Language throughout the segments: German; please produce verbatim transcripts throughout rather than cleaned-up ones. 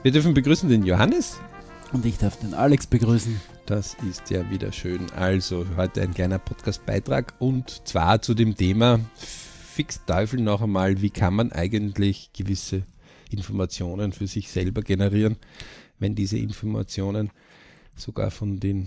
Wir dürfen begrüßen den Johannes. Und ich darf den Alex begrüßen. Das ist ja wieder schön. Also heute ein kleiner Podcast-Beitrag und zwar zu dem Thema Fix Teufel noch einmal, wie kann man eigentlich gewisse Informationen für sich selber generieren, wenn diese Informationen sogar von den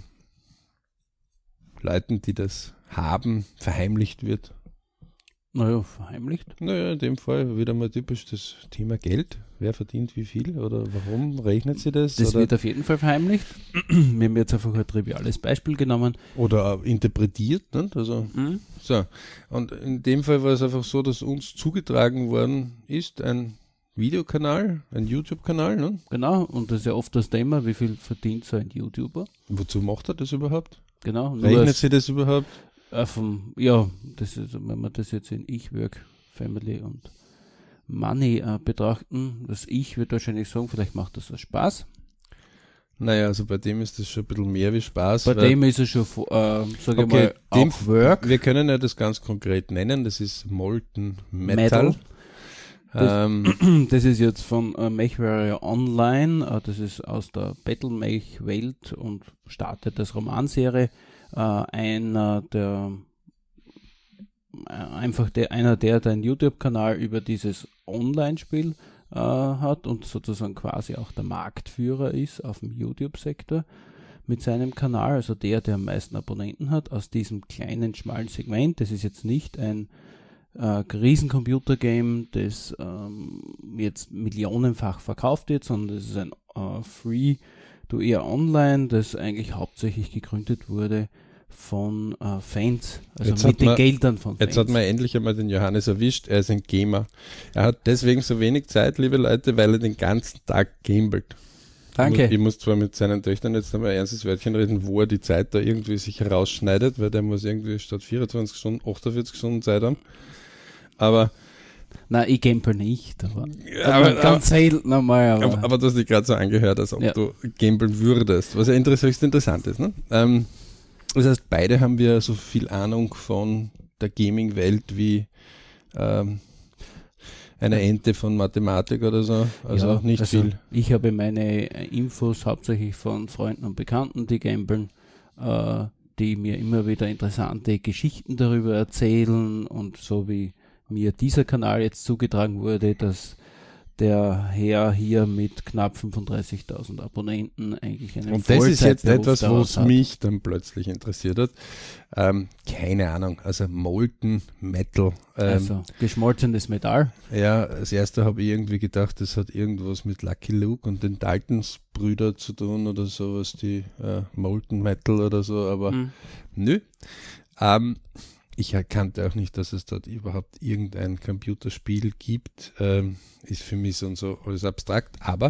Leuten, die das haben, verheimlicht wird. Naja, verheimlicht? Naja, in dem Fall wieder mal typisch das Thema Geld. Wer verdient wie viel oder warum rechnet sie das? Das oder wird auf jeden Fall verheimlicht. Wir haben jetzt einfach ein triviales Beispiel genommen. Oder interpretiert. Nicht? Also, Mhm. so. Und in dem Fall war es einfach so, dass uns zugetragen worden ist, ein Videokanal, ein YouTube-Kanal. Ne? Genau, und das ist ja oft das Thema, wie viel verdient so ein YouTuber? Wozu macht er das überhaupt? Genau. Rechnet sie das überhaupt? Äh, vom, ja, das ist, wenn wir das jetzt in Ich, Work, Family und Money äh, betrachten, das Ich wird wahrscheinlich sagen, vielleicht macht das so Spaß. Naja, also bei dem ist das schon ein bisschen mehr wie Spaß. Bei dem ist es schon, äh, sage okay, ich mal, auch Work. Wir können ja das ganz konkret nennen, das ist Molten Metal. Metal. Das, ähm, das ist jetzt von äh, MechWarrior Online, äh, das ist aus der Battle-Mech-Welt und startet als Romanserie. Äh, einer der äh, einfach der, einer der, der einen YouTube-Kanal über dieses Online-Spiel äh, hat und sozusagen quasi auch der Marktführer ist auf dem YouTube-Sektor mit seinem Kanal, also der, der am meisten Abonnenten hat, aus diesem kleinen, schmalen Segment. Das ist jetzt nicht ein äh, Riesen-Computer-Game, das ähm, jetzt millionenfach verkauft wird, sondern das ist ein äh, Free-to-Air-Online, das eigentlich hauptsächlich gegründet wurde von äh, Fans, also jetzt mit den man, Geldern von Fans. Jetzt hat man endlich einmal den Johannes erwischt, er ist ein Gamer. Er hat deswegen so wenig Zeit, liebe Leute, weil er den ganzen Tag gambelt. Danke. Ich muss, ich muss zwar mit seinen Töchtern jetzt einmal ein ernstes Wörtchen reden, wo er die Zeit da irgendwie sich herausschneidet, weil der muss irgendwie statt vierundzwanzig Stunden achtundvierzig Stunden Zeit haben. Aber Nein, ich gamble nicht, aber, ja, aber ganz aber, selten einmal. Aber, aber, aber du hast dich gerade so angehört, als ob ja. du gambeln würdest, was ja höchst interessant ist. Ne? Ähm, das heißt, beide haben wir so viel Ahnung von der Gaming-Welt wie ähm, eine Ente von Mathematik oder so, also ja, nicht also viel. Ich habe meine Infos hauptsächlich von Freunden und Bekannten, die gambeln, äh, die mir immer wieder interessante Geschichten darüber erzählen und so wie mir dieser Kanal jetzt zugetragen wurde, dass der Herr hier mit knapp fünfunddreißigtausend Abonnenten eigentlich einen Und das ist jetzt etwas, daraus was hat. mich dann plötzlich interessiert hat. Ähm, keine Ahnung, also Molten Metal. Ähm, Also geschmolzenes Metall. Ja, als erster habe ich irgendwie gedacht, das hat irgendwas mit Lucky Luke und den Daltons-Brüder zu tun oder sowas, die äh, Molten Metal oder so, aber Mhm. nö. Ähm, ich erkannte auch nicht, dass es dort überhaupt irgendein Computerspiel gibt. Ähm, ist für mich so und so alles abstrakt, aber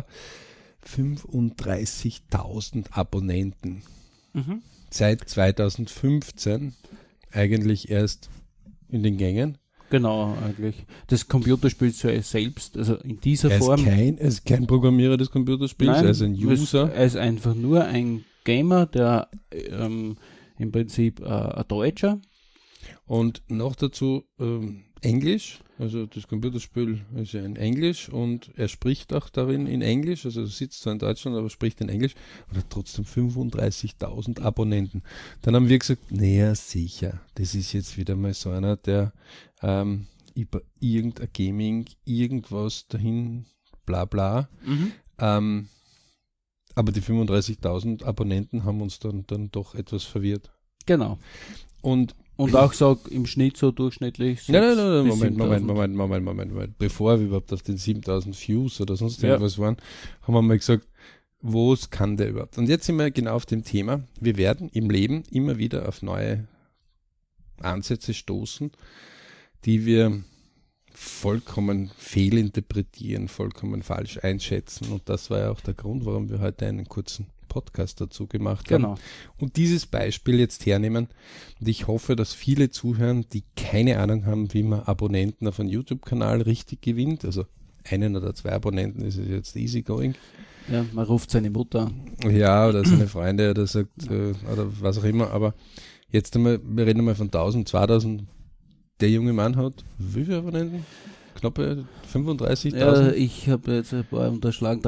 fünfunddreißigtausend Abonnenten. Mhm. Seit zweitausendfünfzehn eigentlich erst in den Gängen. Genau, eigentlich. Das Computerspiel selbst, also in dieser Er ist, Form. kein, er ist kein Programmierer des Computerspiels, Nein, er ist ein User. Er ist einfach nur ein Gamer, der ähm, im Prinzip äh, ein Deutscher. Und noch dazu ähm, Englisch, also das Computerspiel ist ja in Englisch und er spricht auch darin in Englisch, also er sitzt zwar in Deutschland, aber spricht in Englisch und hat trotzdem fünfunddreißigtausend Abonnenten. Dann haben wir gesagt, naja, sicher, das ist jetzt wieder mal so einer, der ähm, über irgendein Gaming, irgendwas dahin, bla bla. Mhm. Ähm, aber die fünfunddreißigtausend Abonnenten haben uns dann, dann doch etwas verwirrt. Genau. Und Und auch so im Schnitt so durchschnittlich. Nein, nein, nein, bis Moment, Moment, siebentausend. Moment, Moment, Moment, Moment. Bevor wir überhaupt auf den siebentausend Views oder sonst Ja. irgendwas waren, haben wir mal gesagt, was kann der überhaupt? Und jetzt sind wir genau auf dem Thema. Wir werden im Leben immer wieder auf neue Ansätze stoßen, die wir vollkommen fehlinterpretieren, vollkommen falsch einschätzen. Und das war ja auch der Grund, warum wir heute einen kurzen Podcast dazu gemacht haben. Genau. Und dieses Beispiel jetzt hernehmen. Und ich hoffe, dass viele zuhören, die keine Ahnung haben, wie man Abonnenten auf einen YouTube-Kanal richtig gewinnt. Also einen oder zwei Abonnenten ist es jetzt easy going. Ja, man ruft seine Mutter an. Ja, oder seine Freunde oder sagt, äh, oder was auch immer. Aber jetzt einmal, wir reden einmal von tausend, zweitausend. Der junge Mann hat wie viele Abonnenten? knappe fünfunddreißigtausend? Ja, ich habe jetzt ein paar unterschlagen,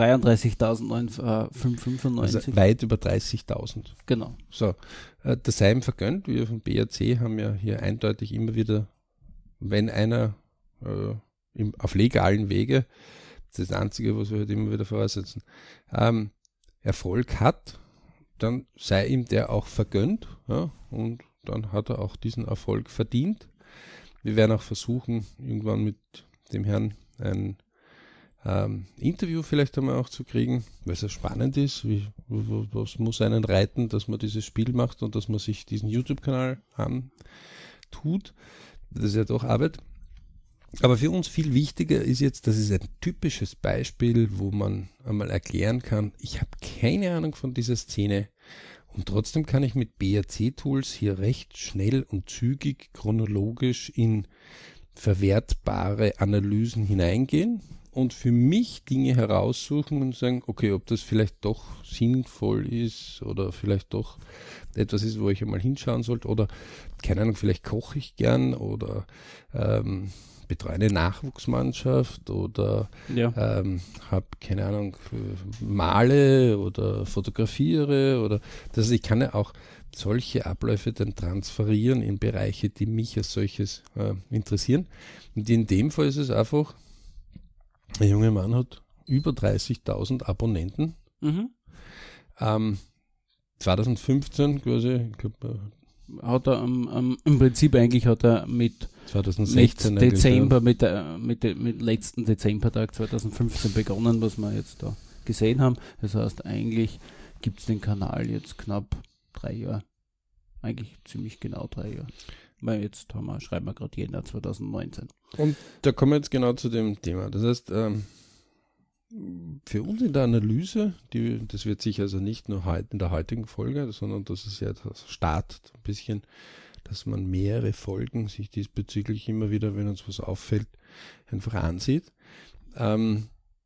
dreiunddreißigtausendfünfhundertfünfundneunzig. Also weit über dreißigtausend. Genau. So, äh, das sei ihm vergönnt. Wir vom B A C haben ja hier eindeutig immer wieder, wenn einer äh, im, auf legalen Wege, das ist das Einzige, was wir halt immer wieder voraussetzen, ähm, Erfolg hat, dann sei ihm der auch vergönnt, ja, und dann hat er auch diesen Erfolg verdient. Wir werden auch versuchen, irgendwann mit dem Herrn ein ähm, Interview vielleicht einmal auch zu kriegen, weil es ja spannend ist, wie, was muss einen reiten, dass man dieses Spiel macht und dass man sich diesen YouTube-Kanal antut. Das ist ja doch Arbeit. Aber für uns viel wichtiger ist jetzt, das ist ein typisches Beispiel, wo man einmal erklären kann, ich habe keine Ahnung von dieser Szene und trotzdem kann ich mit B A C-Tools hier recht schnell und zügig chronologisch in verwertbare Analysen hineingehen und für mich Dinge heraussuchen und sagen, okay, ob das vielleicht doch sinnvoll ist oder vielleicht doch etwas ist, wo ich einmal hinschauen sollte oder, keine Ahnung, vielleicht koche ich gern oder ähm, betreue eine Nachwuchsmannschaft oder Ja. ähm, habe, keine Ahnung, male oder fotografiere oder das heißt, ich kann ja auch solche Abläufe dann transferieren in Bereiche, die mich als solches äh, interessieren. Und in dem Fall ist es einfach, der junge Mann hat über dreißigtausend Abonnenten. Mhm. Ähm, zweitausendfünfzehn quasi, ich glaube, Hat er um, um, im Prinzip eigentlich hat er mit, zweitausendsechzehn mit Dezember, mit, der, mit, der, mit letzten Dezembertag zweitausendfünfzehn begonnen, was wir jetzt da gesehen haben. Das heißt, eigentlich gibt es den Kanal jetzt knapp drei Jahre. Eigentlich ziemlich genau drei Jahre. Weil jetzt haben wir, schreiben wir gerade Jänner zweitausendneunzehn. Und da kommen wir jetzt genau zu dem Thema. Das heißt, ähm, für uns in der Analyse, die, das wird sich also nicht nur heute in der heutigen Folge, sondern das ist ja das Start ein bisschen, dass man mehrere Folgen sich diesbezüglich immer wieder, wenn uns was auffällt, einfach ansieht. Ähm,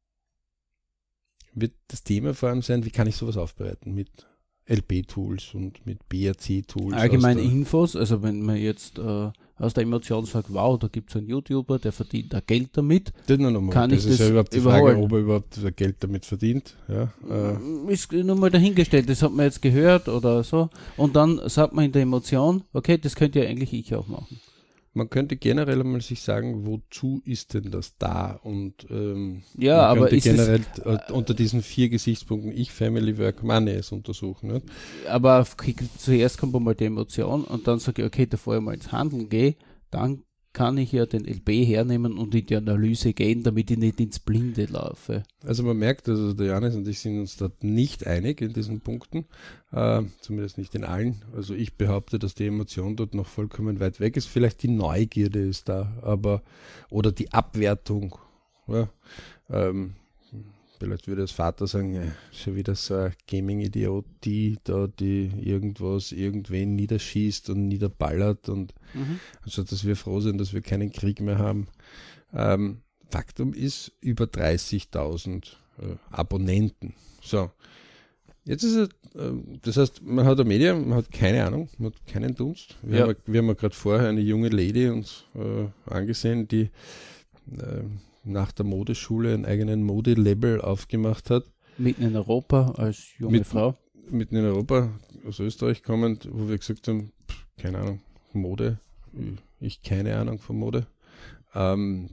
wird das Thema vor allem sein, wie kann ich sowas aufbereiten mit L P-Tools und mit B A C-Tools. Allgemeine Infos, also wenn man jetzt äh, aus der Emotion sagt, wow, da gibt es einen YouTuber, der verdient da Geld damit, das, noch mal. kann das ich ist das ja überhaupt die überholen. Frage, ob er überhaupt Geld damit verdient. Ja, äh. Ist nur mal dahingestellt, das hat man jetzt gehört oder so. Und dann sagt man in der Emotion, okay, das könnte ja eigentlich ich auch machen. Man könnte generell einmal sich sagen, wozu ist denn das da? Und ähm, ja, man aber könnte ist generell es, äh, unter diesen vier Gesichtspunkten Ich, Family, Work, Money es untersuchen. Nicht? Aber auf, zuerst kommt mal die Emotion und dann sage ich, okay, bevor ich mal ins Handeln gehe, dann kann ich ja den L P hernehmen und in die Analyse gehen, damit ich nicht ins Blinde laufe. Also man merkt, also der Janis und ich sind uns da nicht einig in diesen Punkten, äh, zumindest nicht in allen. Also ich behaupte, dass die Emotion dort noch vollkommen weit weg ist. Vielleicht die Neugierde ist da, aber oder die Abwertung. Ja, ähm, vielleicht würde das Vater sagen, ja, schon wieder so ein Gaming-Idiot, die da, die irgendwas, irgendwen niederschießt und niederballert und mhm. anstatt dass wir froh sind, dass wir keinen Krieg mehr haben. Ähm, Faktum ist über dreißigtausend äh, Abonnenten. So, jetzt ist es, äh, das heißt, man hat ein Medium, man hat keine Ahnung, man hat keinen Dunst. Wir ja. haben, wir haben ja gerade vorher eine junge Lady uns äh, angesehen, die äh, nach der Modeschule einen eigenen Modelabel aufgemacht hat. Mitten in Europa als junge Mit, Frau. Mitten in Europa, aus Österreich kommend, wo wir gesagt haben, pff, keine Ahnung, Mode, ich keine Ahnung von Mode. Ähm,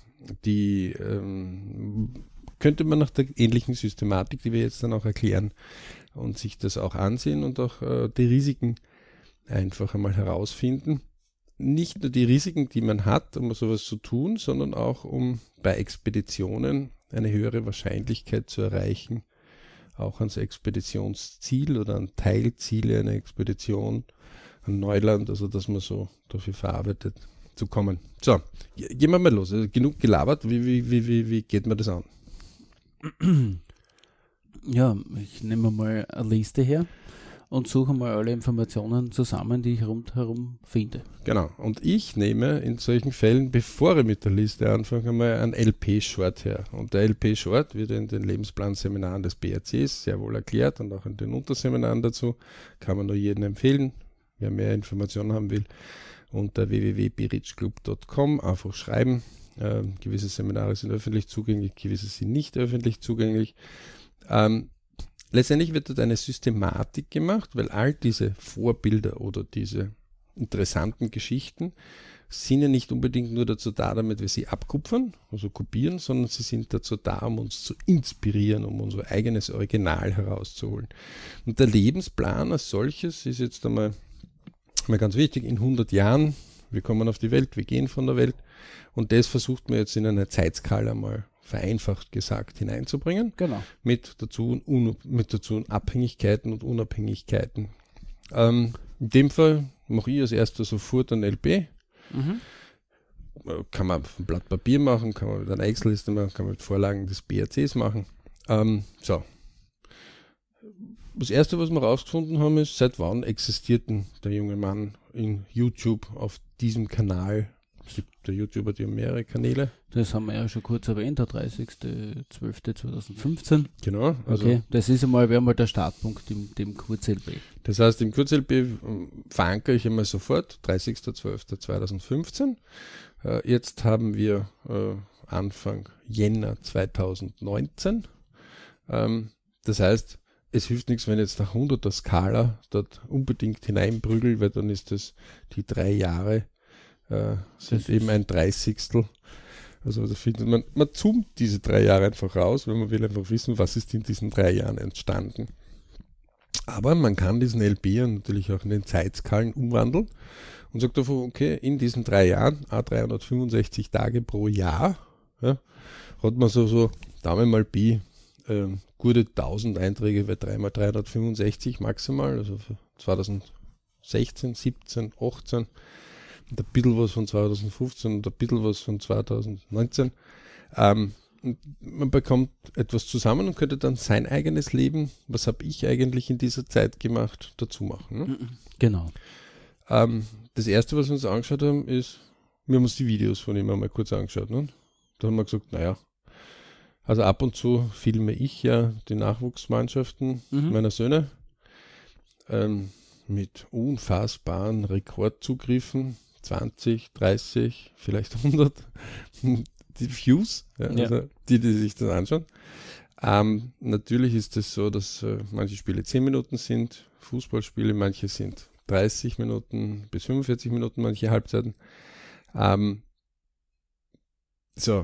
die ähm, könnte man nach der ähnlichen Systematik, die wir jetzt dann auch erklären, und sich das auch ansehen und auch äh, die Risiken einfach einmal herausfinden. Nicht nur die Risiken, die man hat, um sowas zu tun, sondern auch um bei Expeditionen eine höhere Wahrscheinlichkeit zu erreichen, auch ans Expeditionsziel oder an Teilziele einer Expedition, an Neuland, also dass man so dafür verarbeitet zu kommen. So, gehen wir mal los. Also genug gelabert, wie, wie, wie, wie, wie geht man das an? Ja, ich nehme mal eine Liste her und suche mal alle Informationen zusammen, die ich rundherum finde. Genau. Und ich nehme in solchen Fällen, bevor ich mit der Liste anfange, einmal ein L P-Short her. Und der L P-Short wird in den Lebensplanseminaren des B A Cs sehr wohl erklärt und auch in den Unterseminaren dazu. Kann man nur jedem empfehlen, wer mehr Informationen haben will. Unter w w w punkt b rich club punkt com einfach schreiben. Ähm, gewisse Seminare sind öffentlich zugänglich, gewisse sind nicht öffentlich zugänglich. Ähm, letztendlich wird dort eine Systematik gemacht, weil all diese Vorbilder oder diese interessanten Geschichten sind ja nicht unbedingt nur dazu da, damit wir sie abkupfern, also kopieren, sondern sie sind dazu da, um uns zu inspirieren, um unser eigenes Original herauszuholen. Und der Lebensplan als solches ist jetzt einmal, einmal ganz wichtig, in hundert Jahren, wir kommen auf die Welt, wir gehen von der Welt und das versucht man jetzt in einer Zeitskala mal vereinfacht gesagt hineinzubringen, Genau. mit dazu, un, mit dazu Abhängigkeiten und Unabhängigkeiten. Ähm, in dem Fall mache ich als erster sofort ein L P. Mhm. Kann man auf ein Blatt Papier machen, kann man mit einer Excel-Liste machen, kann man mit Vorlagen des B R Cs machen. Ähm, so. Das erste, was wir rausgefunden haben, ist, seit wann existiert denn der junge Mann in YouTube auf diesem Kanal? Es gibt der YouTuber, die haben mehrere Kanäle. Das haben wir ja schon kurz erwähnt, der dreißigster zwölfter zweitausendfünfzehn. Genau. Also okay, das ist einmal, wäre mal der Startpunkt im dem Kurz-L P. Das heißt, im Kurz-L P verankere ich einmal sofort, dreißigster zwölfter zweitausendfünfzehn. Äh, jetzt haben wir äh, Anfang Jänner zweitausendneunzehn. Ähm, das heißt, es hilft nichts, wenn ich jetzt nach hunderter Skala dort unbedingt hineinprügel, weil dann ist das die drei Jahre äh, sind das eben ein Dreißigstel. Also da findet man, man zoomt diese drei Jahre einfach raus, weil man will einfach wissen, was ist in diesen drei Jahren entstanden. Aber man kann diesen L P natürlich auch in den Zeitskalen umwandeln und sagt einfach, okay, in diesen drei Jahren, dreihundertfünfundsechzig Tage pro Jahr, ja, hat man so, so Daumen mal Pi, äh, gute tausend Einträge, weil drei mal dreihundertfünfundsechzig maximal, also für zweitausendsechzehn, siebzehn, achtzehn, und ein bisschen was von zweitausendfünfzehn und ein bisschen was von zweitausendneunzehn. Ähm, man bekommt etwas zusammen und könnte dann sein eigenes Leben, was habe ich eigentlich in dieser Zeit gemacht, dazu machen. Ne? Genau. Ähm, das erste, was wir uns angeschaut haben, ist, wir haben uns die Videos von ihm einmal kurz angeschaut. Ne? Da haben wir gesagt, naja, also ab und zu filme ich ja die Nachwuchsmannschaften mhm. meiner Söhne ähm, mit unfassbaren Rekordzugriffen. zwanzig, dreißig, vielleicht hundert die Views, ja, ja. Also die, die sich das anschauen. Ähm, natürlich ist es so, dass äh, manche Spiele zehn Minuten sind, Fußballspiele, manche sind dreißig Minuten bis fünfundvierzig Minuten, manche Halbzeiten. Ähm, so,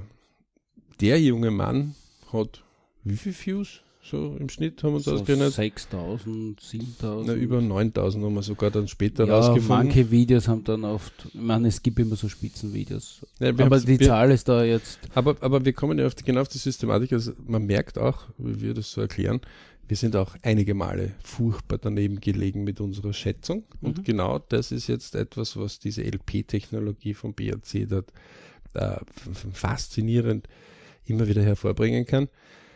der junge Mann hat wie viele Views? So im Schnitt haben wir uns so ausgerechnet. sechstausend, siebentausend. Na, über neuntausend haben wir sogar dann später ja, rausgefunden. Manche Videos haben dann oft, ich meine, es gibt immer so Spitzenvideos. Ja, aber die wir, Zahl ist da jetzt. Aber, aber wir kommen ja auf die, genau auf die Systematik. Also man merkt auch, wie wir das so erklären, wir sind auch einige Male furchtbar daneben gelegen mit unserer Schätzung. Mhm. Und genau das ist jetzt etwas, was diese L P-Technologie vom B R C dort äh, faszinierend immer wieder hervorbringen kann.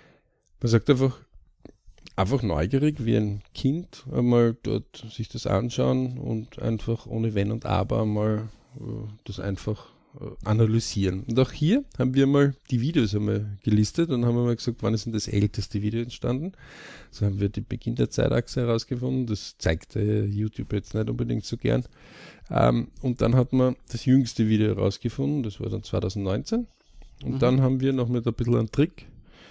Man sagt einfach, einfach neugierig, wie ein Kind einmal dort sich das anschauen und einfach ohne Wenn und Aber mal äh, das einfach äh, analysieren. Und auch hier haben wir mal die Videos einmal gelistet und haben mal gesagt, wann ist denn das älteste Video entstanden? So haben wir die Beginn der Zeitachse herausgefunden. Das zeigt äh, YouTube jetzt nicht unbedingt so gern. Ähm, und dann hat man das jüngste Video herausgefunden, das war dann zweitausendneunzehn. Und mhm. dann haben wir noch mit ein bisschen einen Trick,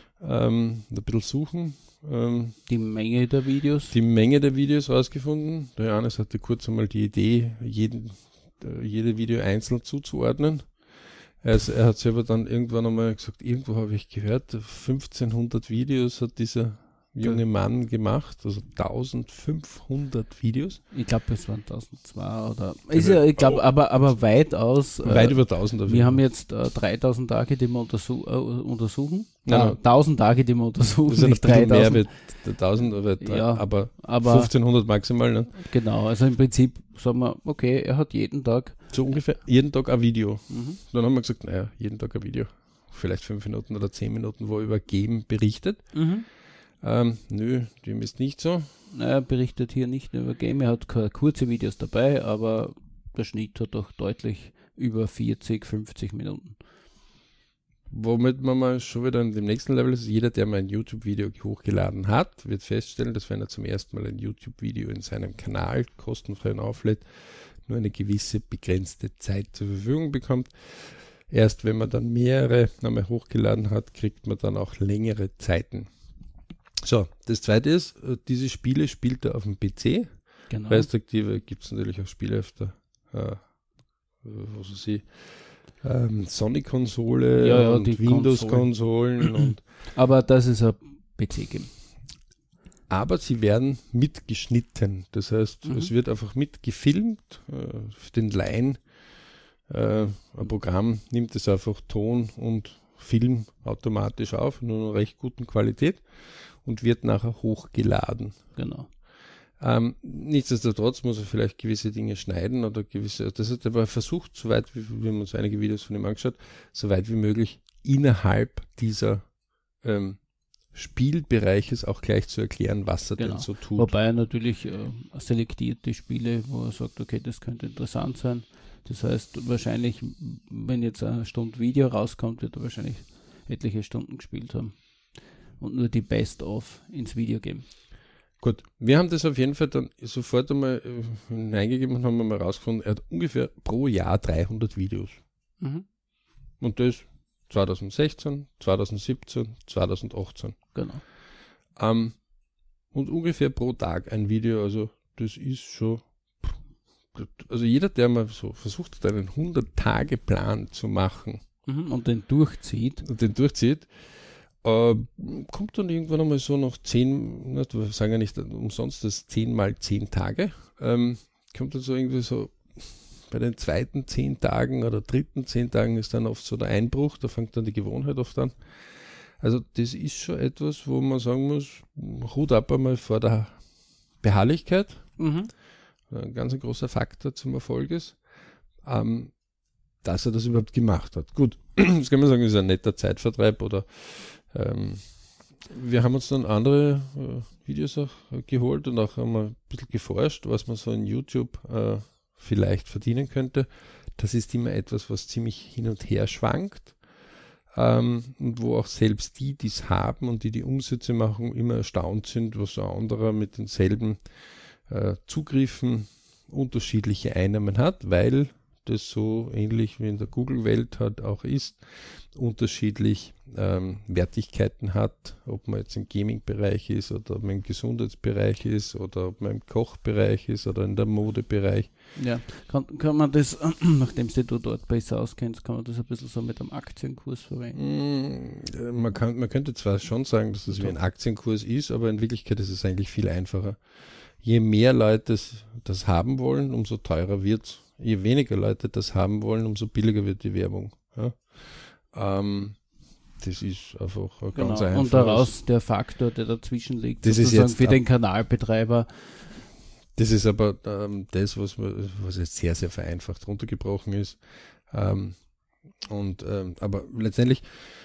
ähm, ein bisschen suchen, ähm, die Menge der Videos? Die Menge der Videos rausgefunden. Der Johannes hatte kurz einmal die Idee, jeden, äh, jede Video einzeln zuzuordnen. Also er hat selber dann irgendwann einmal gesagt, irgendwo habe ich gehört, fünfzehnhundert Videos hat dieser junge Mann gemacht, also eintausendfünfhundert Videos. Ich glaube, es waren tausendzweihundert oder. Ist ja, ich glaube, aber, aber weitaus. Weit äh, über tausend. Wir haben jetzt äh, dreitausend Tage, die wir untersu äh, untersuchen. Nein, nein. tausend Tage, die wir untersuchen. Das sind nicht ein bisschen mehr mit tausend, aber, ja, aber, aber fünfzehnhundert maximal. Ne? Genau, also im Prinzip sagen wir, okay, er hat jeden Tag. So ungefähr jeden Tag ein Video. Mhm. Dann haben wir gesagt, naja, jeden Tag ein Video. Vielleicht fünf Minuten oder zehn Minuten, wo er über Game berichtet. Mhm. Ähm, nö, dem ist nicht so. Er berichtet hier nicht nur über Game, er hat kurze Videos dabei, aber der Schnitt hat doch deutlich über vierzig, fünfzig Minuten. Womit man mal schon wieder in dem nächsten Level ist, jeder, der mal ein YouTube-Video hochgeladen hat, wird feststellen, dass wenn er zum ersten Mal ein YouTube-Video in seinem Kanal kostenfrei auflädt, nur eine gewisse begrenzte Zeit zur Verfügung bekommt. Erst wenn man dann mehrere nochmal hochgeladen hat, kriegt man dann auch längere Zeiten. So, das zweite ist, diese Spiele spielt er auf dem P C. Genau. Respektive gibt es natürlich auch Spiele auf der äh, was weiß ich, ähm, Sony-Konsole Ja, ja, und die Windows-Konsolen. und Aber das ist ein P C-Game. Aber sie werden mitgeschnitten. Das heißt, Mhm. es wird einfach mitgefilmt. Äh, für den Laien, äh, ein Programm nimmt es einfach Ton und Film automatisch auf, in einer recht guten Qualität und wird nachher hochgeladen. Genau. Ähm, nichtsdestotrotz muss er vielleicht gewisse Dinge schneiden oder gewisse, das hat er aber versucht, soweit wie wir haben uns einige Videos von ihm angeschaut, soweit wie möglich innerhalb dieser ähm, Spielbereiches auch gleich zu erklären, was er Genau. denn so tut. Wobei er natürlich äh, selektiert die Spiele, wo er sagt, okay, das könnte interessant sein. Das heißt, wahrscheinlich, wenn jetzt eine Stunde Video rauskommt, wird er wahrscheinlich etliche Stunden gespielt haben. Und nur die Best-of ins Video geben. Gut, wir haben das auf jeden Fall dann sofort einmal äh, hineingegeben und haben mal rausgefunden, er hat ungefähr pro Jahr dreihundert Videos. Mhm. Und das zwanzig sechzehn, zwanzig siebzehn, zwanzig achtzehn. Genau. Ähm, und ungefähr pro Tag ein Video, also das ist schon, also jeder, der mal so versucht hat, einen hundert-Tage-Plan zu machen Mhm. Und den durchzieht. und den durchzieht, äh, kommt dann irgendwann einmal so noch zehn, ne, wir sagen ja nicht umsonst, das zehn mal zehn Tage, ähm, kommt dann so irgendwie so bei den zweiten zehn Tagen oder dritten zehn Tagen ist dann oft so der Einbruch, da fängt dann die Gewohnheit oft an. Also das ist schon etwas, wo man sagen muss, Hut ab einmal vor der Beharrlichkeit, Mhm. ein ganz ein großer Faktor zum Erfolg ist, ähm, dass er das überhaupt gemacht hat. Gut, das kann man sagen, ist ein netter Zeitvertreib oder ähm, wir haben uns dann andere äh, Videos auch äh, geholt und auch einmal ein bisschen geforscht, was man so in YouTube äh, vielleicht verdienen könnte. Das ist immer etwas, was ziemlich hin und her schwankt ähm, und wo auch selbst die, die es haben und die die Umsätze machen, immer erstaunt sind, was ein anderer mit denselben äh, Zugriffen unterschiedliche Einnahmen hat, weil das so ähnlich wie in der Google-Welt halt auch ist, unterschiedlich ähm, Wertigkeiten hat, ob man jetzt im Gaming-Bereich ist oder ob man im Gesundheitsbereich ist oder ob man im Kochbereich ist oder in der Modebereich. Ja, kann, kann man das, nachdem du dort besser auskennst, kann man das ein bisschen so mit einem Aktienkurs verwenden? Mm, man, kann, man könnte zwar schon sagen, dass es wie ein Aktienkurs ist, aber in Wirklichkeit ist es eigentlich viel einfacher. Je mehr Leute das, das haben wollen, umso teurer wird es. Je weniger Leute das haben wollen, umso billiger wird die Werbung. Ja? Ähm, das ist einfach ein Genau. ganz einfach. Und daraus der Faktor, der dazwischen liegt, das ist jetzt für den Kanalbetreiber. Das ist aber ähm, das, was, was jetzt sehr, sehr vereinfacht runtergebrochen ist. Ähm, und, ähm, aber letztendlich,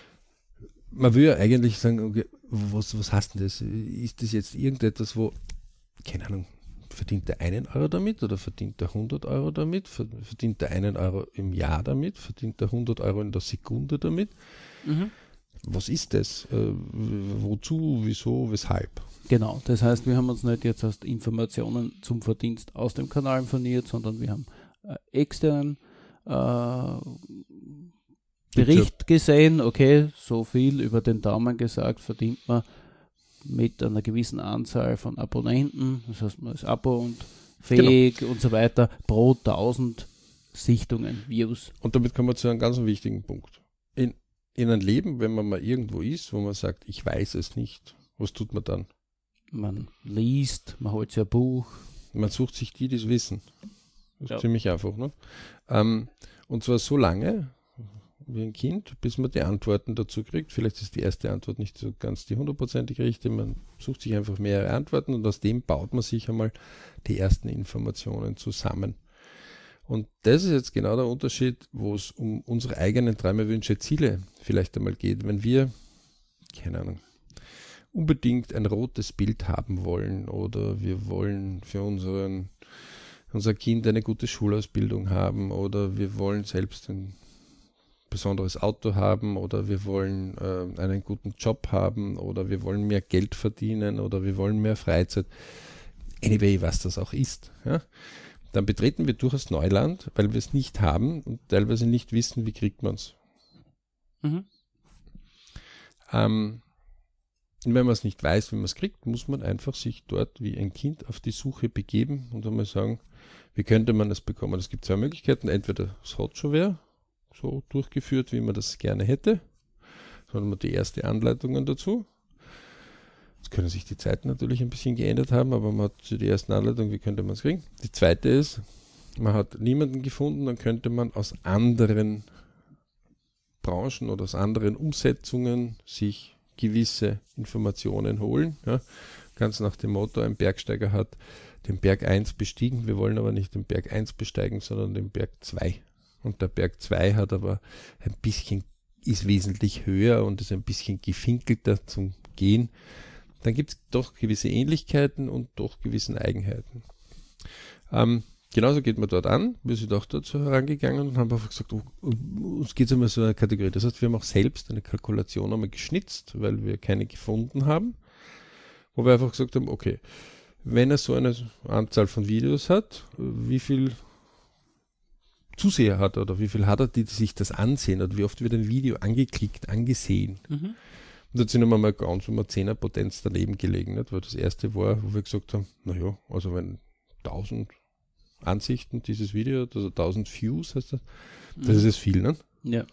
man will ja eigentlich sagen, okay, was, was heißt denn das? Ist das jetzt irgendetwas, wo, keine Ahnung, verdient der einen Euro damit oder verdient der hundert Euro damit? Verdient der einen Euro im Jahr damit? Verdient der hundert Euro in der Sekunde damit? Mhm. Was ist das? Äh, wozu, wieso, weshalb? Genau, das heißt, wir haben uns nicht jetzt erst Informationen zum Verdienst aus dem Kanal informiert, sondern wir haben äh, externen äh, Bericht gesehen, okay, so viel über den Daumen gesagt, verdient man mit einer gewissen Anzahl von Abonnenten, das heißt, man ist Abo und fähig genau. und so weiter, pro tausend Sichtungen, Views. Und damit kommen wir zu einem ganz wichtigen Punkt. In, in einem Leben, wenn man mal irgendwo ist, wo man sagt, ich weiß es nicht, was tut man dann? Man liest, man holt sich ein Buch. Man sucht sich die, die es wissen. Das ist ja. ziemlich einfach. Ne? Ähm, und zwar so lange, wie ein Kind, bis man die Antworten dazu kriegt. Vielleicht ist die erste Antwort nicht so ganz die hundertprozentig richtige. Man sucht sich einfach mehrere Antworten und aus dem baut man sich einmal die ersten Informationen zusammen. Und das ist jetzt genau der Unterschied, wo es um unsere eigenen Träume, Wünsche, Ziele vielleicht einmal geht. Wenn wir, keine Ahnung, unbedingt ein rotes Bild haben wollen oder wir wollen für unseren, unser Kind eine gute Schulausbildung haben oder wir wollen selbst ein besonderes Auto haben oder wir wollen äh, einen guten Job haben oder wir wollen mehr Geld verdienen oder wir wollen mehr Freizeit. Anyway, was das auch ist. Ja? Dann betreten wir durchaus Neuland, weil wir es nicht haben und teilweise nicht wissen, wie kriegt man es. Mhm. Ähm, und wenn man es nicht weiß, wie man es kriegt, muss man einfach sich dort wie ein Kind auf die Suche begeben und einmal sagen, wie könnte man das bekommen? Es gibt zwei Möglichkeiten. Entweder es hat schon wer so durchgeführt, wie man das gerne hätte. So haben wir die erste Anleitungen dazu. Jetzt können sich die Zeiten natürlich ein bisschen geändert haben, aber man hat so die ersten Anleitungen, wie könnte man es kriegen? Die zweite ist, man hat niemanden gefunden, dann könnte man aus anderen Branchen oder aus anderen Umsetzungen sich gewisse Informationen holen. Ja. Ganz nach dem Motto, ein Bergsteiger hat den Berg eins bestiegen, wir wollen aber nicht den Berg eins besteigen, sondern den Berg zwei. Und der Berg zwei hat aber ein bisschen, ist wesentlich höher und ist ein bisschen gefinkelter zum Gehen. Dann gibt es doch gewisse Ähnlichkeiten und doch gewisse Eigenheiten. Ähm, genauso geht man dort an. Wir sind auch dazu herangegangen und haben einfach gesagt, oh, uns geht es einmal so eine Kategorie. Das heißt, wir haben auch selbst eine Kalkulation einmal geschnitzt, weil wir keine gefunden haben, wo wir einfach gesagt haben, okay, wenn er so eine Anzahl von Videos hat, wie viel Zuseher hat er oder wie viel hat er, die sich das ansehen oder wie oft wird ein Video angeklickt, angesehen. Mhm. Und da sind wir mal ganz um eine Zehnerpotenz daneben gelegen, nicht? Weil das erste war, wo wir gesagt haben, naja, also wenn tausend Ansichten dieses Video, also tausend Views heißt das, das mhm. ist es viel, ne? Ja.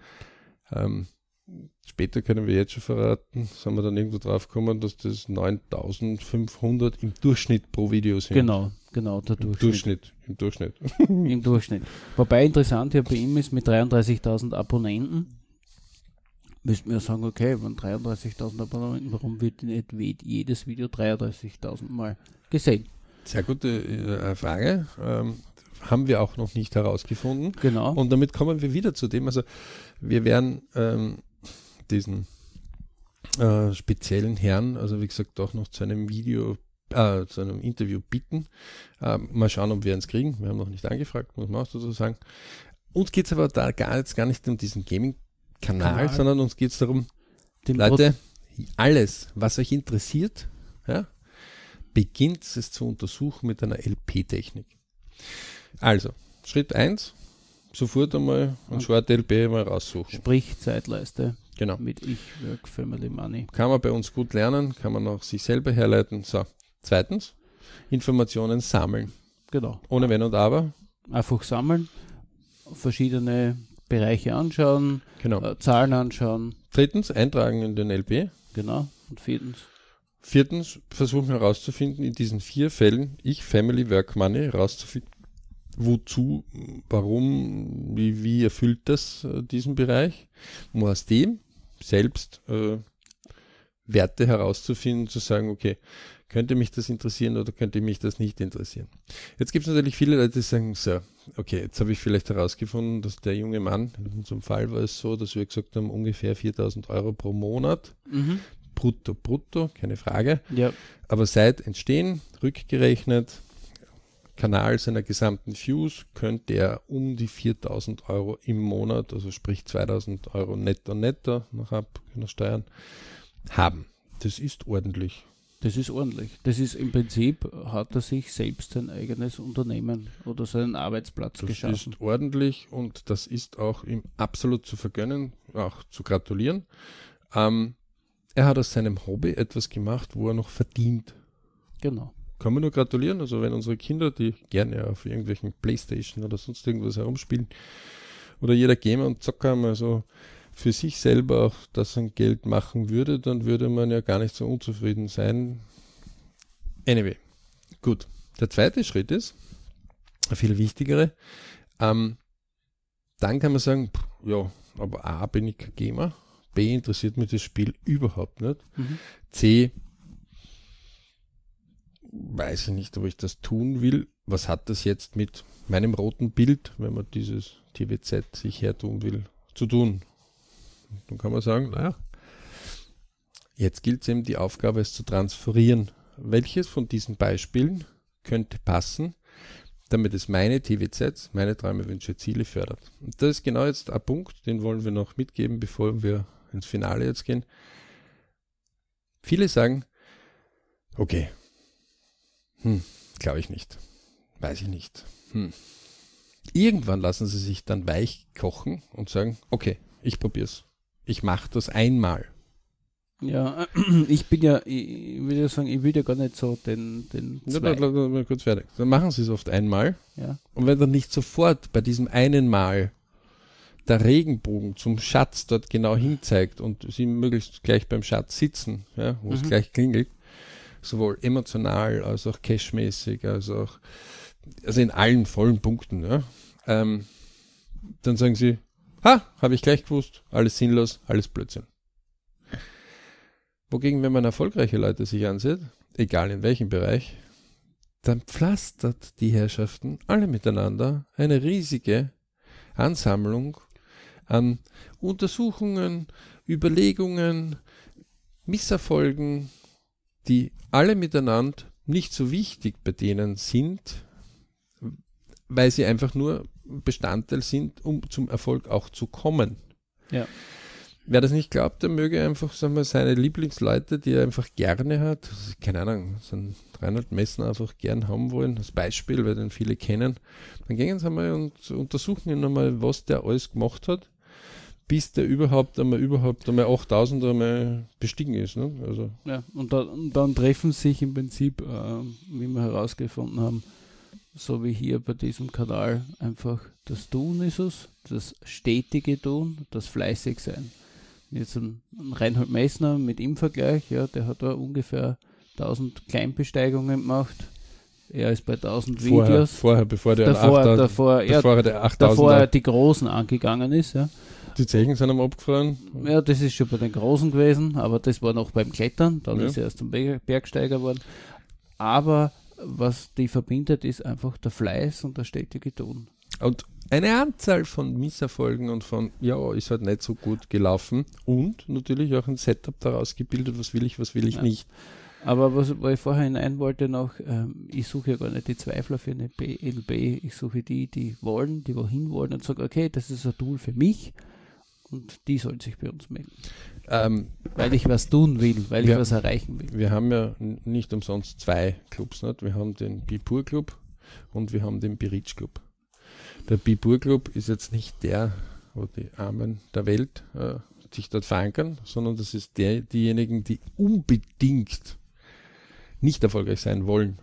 Ähm, später können wir jetzt schon verraten, sind wir dann irgendwo drauf gekommen, dass das neuntausendfünfhundert im Durchschnitt pro Video sind. Genau, genau, der Im Durchschnitt. Durchschnitt. Im Durchschnitt. Im Durchschnitt. Wobei interessant hier bei ihm ist, mit dreiunddreißigtausend Abonnenten, müssten wir sagen, okay, wenn dreiunddreißigtausend Abonnenten, warum wird nicht jedes Video dreiunddreißigtausend Mal gesehen? Sehr gute äh, Frage. Ähm, haben wir auch noch nicht herausgefunden. Genau. Und damit kommen wir wieder zu dem, also wir werden ähm, diesen äh, speziellen Herrn, also wie gesagt, auch noch zu einem Video, äh, zu einem Interview bitten. Äh, mal schauen, ob wir eins kriegen. Wir haben noch nicht angefragt, muss man auch dazu sagen. Uns geht es aber da gar, jetzt gar nicht um diesen Gaming-Kanal, Kanal. sondern uns geht es darum, Den Leute, Pro- alles, was euch interessiert, ja, beginnt es zu untersuchen mit einer L P-Technik. Also, Schritt eins, sofort einmal ein Short L P mal raussuchen. Sprich Zeitleiste. Genau. Mit Ich Work Family Money. Kann man bei uns gut lernen, kann man auch sich selber herleiten. So, zweitens, Informationen sammeln. Genau. Ohne Wenn und Aber. Einfach sammeln, verschiedene Bereiche anschauen, genau. äh, Zahlen anschauen. Drittens, eintragen in den L P. Genau. Und viertens. Viertens, versuchen herauszufinden, in diesen vier Fällen, Ich, Family, Work, Money, herauszufinden, wozu, warum, wie, wie erfüllt das äh, diesen Bereich, um aus dem selbst äh, Werte herauszufinden, zu sagen, okay, könnte mich das interessieren oder könnte mich das nicht interessieren. Jetzt gibt es natürlich viele Leute, die sagen, so, okay, jetzt habe ich vielleicht herausgefunden, dass der junge Mann, in unserem Fall war es so, dass wir gesagt haben, ungefähr viertausend Euro pro Monat, mhm. brutto, brutto, keine Frage, ja. aber seit Entstehen, rückgerechnet, Kanal seiner gesamten Views könnte er um die viertausend Euro im Monat, also sprich zweitausend Euro netto netto nach Ab- nach Steuern, haben. Das ist ordentlich. Das ist ordentlich. Das ist im Prinzip, hat er sich selbst sein eigenes Unternehmen oder seinen Arbeitsplatz das geschaffen. Das ist ordentlich und das ist auch ihm absolut zu vergönnen, auch zu gratulieren. Ähm, er hat aus seinem Hobby etwas gemacht, wo er noch verdient. Genau. Kann man nur gratulieren. Also wenn unsere Kinder, die gerne auf irgendwelchen Playstation oder sonst irgendwas herumspielen oder jeder Gamer und Zocker mal so für sich selber auch das an Geld machen würde, dann würde man ja gar nicht so unzufrieden sein. Anyway, gut. Der zweite Schritt ist, der viel wichtigere, ähm, dann kann man sagen, pff, ja, aber A, bin ich kein Gamer, B, interessiert mich das Spiel überhaupt nicht, mhm. C, weiß ich nicht, ob ich das tun will. Was hat das jetzt mit meinem roten Bild, wenn man dieses T W Z sich hertun will, zu tun? Dann kann man sagen, naja, jetzt gilt es eben die Aufgabe, es zu transferieren. Welches von diesen Beispielen könnte passen, damit es meine T W Zs, meine Träume, Wünsche, Ziele fördert? Und das ist genau jetzt ein Punkt, den wollen wir noch mitgeben, bevor wir ins Finale jetzt gehen. Viele sagen, okay, Hm, glaube ich nicht. Weiß ich nicht. Hm. Irgendwann lassen sie sich dann weich kochen und sagen, okay, ich probiere es. ich mache das einmal. Ja, ich bin ja, ich würde ja sagen, ich will ja gar nicht so den, den Ja, da, da, da, da, kurz fertig. Dann machen sie es oft einmal. Ja. Und wenn dann nicht sofort bei diesem einen Mal der Regenbogen zum Schatz dort genau hinzeigt und sie möglichst gleich beim Schatz sitzen, ja, wo mhm. es gleich klingelt, sowohl emotional als auch cashmäßig, als auch also in allen vollen Punkten, ja, ähm, dann sagen sie, ha, habe ich gleich gewusst, alles sinnlos, alles Blödsinn. Wogegen, wenn man erfolgreiche Leute sich ansieht, egal in welchem Bereich, dann pflastert die Herrschaften alle miteinander eine riesige Ansammlung an Untersuchungen, Überlegungen, Misserfolgen, die alle miteinander nicht so wichtig bei denen sind, weil sie einfach nur Bestandteil sind, um zum Erfolg auch zu kommen. Ja. Wer das nicht glaubt, der möge einfach, sagen wir, seine Lieblingsleute, die er einfach gerne hat, keine Ahnung, so ein Reinhold Messner einfach gern haben wollen, als Beispiel, weil den viele kennen, dann gehen sie einmal und untersuchen ihn einmal, was der alles gemacht hat, bis der überhaupt einmal überhaupt einmal achttausend einmal bestiegen ist. Ne? Also. Ja, und, da, und dann treffen sich im Prinzip, äh, wie wir herausgefunden haben, so wie hier bei diesem Kanal, einfach das Tun ist es, das stetige Tun, das fleißig sein. Jetzt ein, ein Reinhold Messner mit ihm Vergleich, ja, der hat da ungefähr tausend Kleinbesteigungen gemacht. Er ist bei tausend vorher, Videos. Vorher, bevor der davor, achttausend, davor, ja, bevor er der achttausend davor er die Großen angegangen ist. Ja. Die Zeichen sind ihm abgefallen. Ja, das ist schon bei den Großen gewesen, aber das war noch beim Klettern, dann ja. ist er erst zum Bergsteiger geworden. Aber was die verbindet, ist einfach der Fleiß und der stetige Tun. Und eine Anzahl von Misserfolgen und von, ja, ist halt nicht so gut gelaufen und natürlich auch ein Setup daraus gebildet, was will ich, was will ich ja. nicht. Aber was, was ich vorher hinein wollte noch, ähm, ich suche ja gar nicht die Zweifler für eine B L B, ich suche die, die wollen, die wohin wollen und sage, okay, das ist ein Tool für mich und die sollen sich bei uns melden. Ähm, weil ich was tun will, weil wir, ich was erreichen will. Wir haben ja nicht umsonst zwei Clubs, nicht? Wir haben den Bipur Club und wir haben den Biritsch Club. Der Bipur Club ist jetzt nicht der, wo die Armen der Welt äh, sich dort verankern, sondern das ist der, diejenigen, die unbedingt nicht erfolgreich sein wollen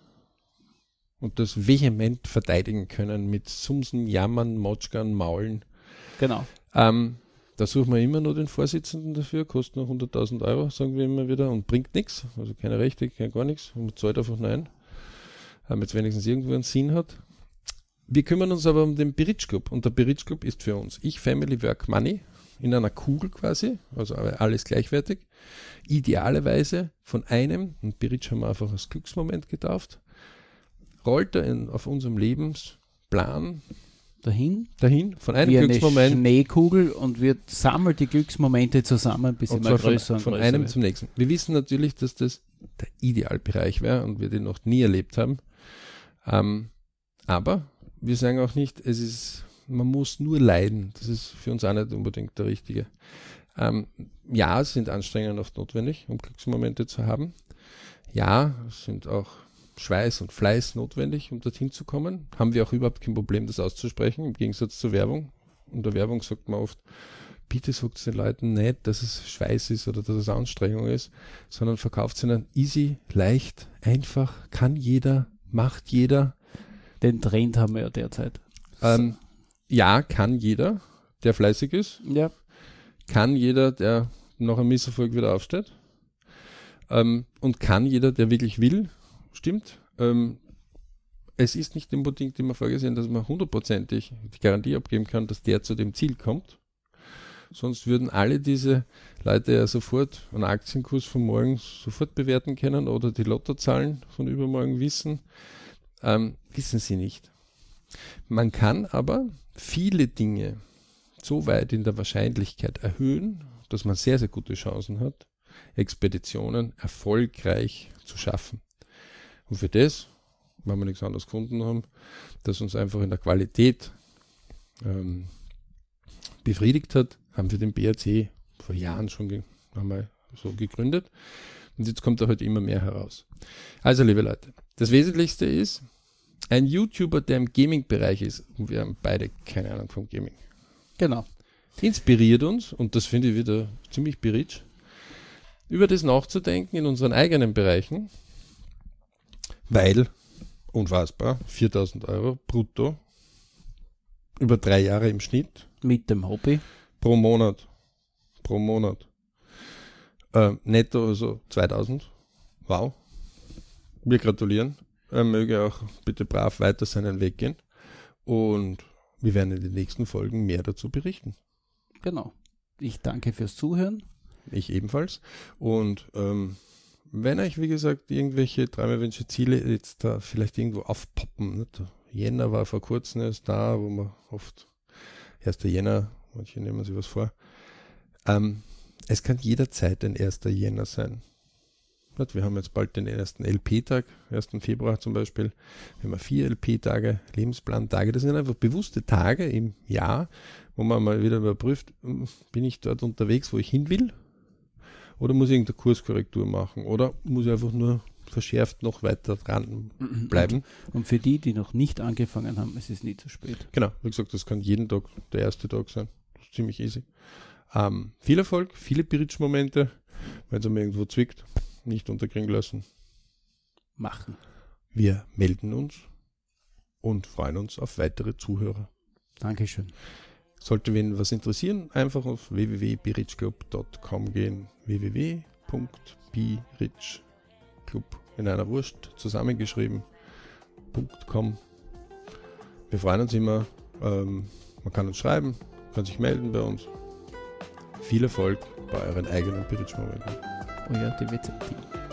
und das vehement verteidigen können mit Sumsen, Jammern, Motschkern, Maulen. Genau. Ähm, da suchen wir immer nur den Vorsitzenden dafür, kostet noch hunderttausend Euro, sagen wir immer wieder, und bringt nichts, also keine Rechte, kein gar nichts, und zahlt einfach nein, damit es wenigstens irgendwo einen Sinn hat. Wir kümmern uns aber um den Biritsch Club und der Biritsch Club ist für uns Ich, Family, Work, Money in einer Kugel quasi, also alles gleichwertig, idealerweise von einem, und Biritsch haben wir einfach als Glücksmoment getauft, rollt er in, auf unserem Lebensplan dahin, dahin von einem wie Glücksmoment, eine Schneekugel und wir sammeln die Glücksmomente zusammen, bis sie mal größer von, und von größer einem wird. zum nächsten. Wir wissen natürlich, dass das der Idealbereich wäre und wir den noch nie erlebt haben, ähm, aber wir sagen auch nicht, es ist, man muss nur leiden. Das ist für uns auch nicht unbedingt der richtige. Ähm, ja, es sind Anstrengungen oft notwendig, um Glücksmomente zu haben. Ja, es sind auch Schweiß und Fleiß notwendig, um dorthin zu kommen. Haben wir auch überhaupt kein Problem, das auszusprechen, im Gegensatz zur Werbung. Unter Werbung sagt man oft, bitte sagt es den Leuten nicht, dass es Schweiß ist oder dass es Anstrengung ist, sondern verkauft es ihnen easy, leicht, einfach, kann jeder, macht jeder. Den Trend haben wir ja derzeit. Ähm, ja, kann jeder, der fleißig ist. Ja. Kann jeder, der nach einem Misserfolg wieder aufsteht. Ähm, und kann jeder, der wirklich will. Stimmt. Ähm, es ist nicht unbedingt immer vorgesehen, dass man hundertprozentig die Garantie abgeben kann, dass der zu dem Ziel kommt. Sonst würden alle diese Leute ja sofort einen Aktienkurs von morgen sofort bewerten können oder die Lottozahlen von übermorgen wissen. Ähm, wissen sie nicht. Man kann aber viele Dinge so weit in der Wahrscheinlichkeit erhöhen, dass man sehr, sehr gute Chancen hat, Expeditionen erfolgreich zu schaffen. Und für das, wenn wir nichts anderes gefunden haben, das uns einfach in der Qualität ähm, befriedigt hat, haben wir den B R C vor Jahren schon ge- einmal so gegründet. Und jetzt kommt da halt immer mehr heraus. Also, liebe Leute, das Wesentlichste ist, ein YouTuber, der im Gaming-Bereich ist, und wir haben beide keine Ahnung vom Gaming. Genau. inspiriert uns, und das finde ich wieder ziemlich Biritsch, über das nachzudenken in unseren eigenen Bereichen, weil, unfassbar, viertausend Euro brutto, über drei Jahre im Schnitt. Mit dem Hobby. Pro Monat. Pro Monat. Äh, netto also zweitausend. Wow. Wir gratulieren. Er möge auch bitte brav weiter seinen Weg gehen. Und wir werden in den nächsten Folgen mehr dazu berichten. Genau. Ich danke fürs Zuhören. Ich ebenfalls. Und ähm, wenn euch, wie gesagt, irgendwelche Träume, Ziele jetzt da vielleicht irgendwo aufpoppen, nicht? Jänner war vor kurzem erst da, wo man oft erster Jänner, manche nehmen sich was vor. Ähm, es kann jederzeit ein erster Jänner sein. Nicht? Wir haben jetzt bald den ersten L P-Tag, ersten Februar zum Beispiel. Wir haben vier L P-Tage, Lebensplan-Tage. Das sind einfach bewusste Tage im Jahr, wo man mal wieder überprüft, bin ich dort unterwegs, wo ich hin will? Oder muss ich irgendeine Kurskorrektur machen? Oder muss ich einfach nur verschärft noch weiter dran bleiben? Und, und für die, die noch nicht angefangen haben, es ist nie zu spät. Genau, wie gesagt, das kann jeden Tag der erste Tag sein. Das ist ziemlich easy. Ähm, viel Erfolg, viele Biritsch-Momente, wenn es einem irgendwo zwickt, nicht unterkriegen lassen. Machen. Wir melden uns und freuen uns auf weitere Zuhörer. Dankeschön. Sollte wen was interessieren, einfach auf w w w punkt biritschclub punkt com gehen. w w w punkt biritschclub in einer Wurst zusammengeschrieben .com. Wir freuen uns immer. Ähm, man kann uns schreiben, kann sich melden bei uns. Viel Erfolg bei euren eigenen Biritsch-Momenten. Oh ja, die W Z T.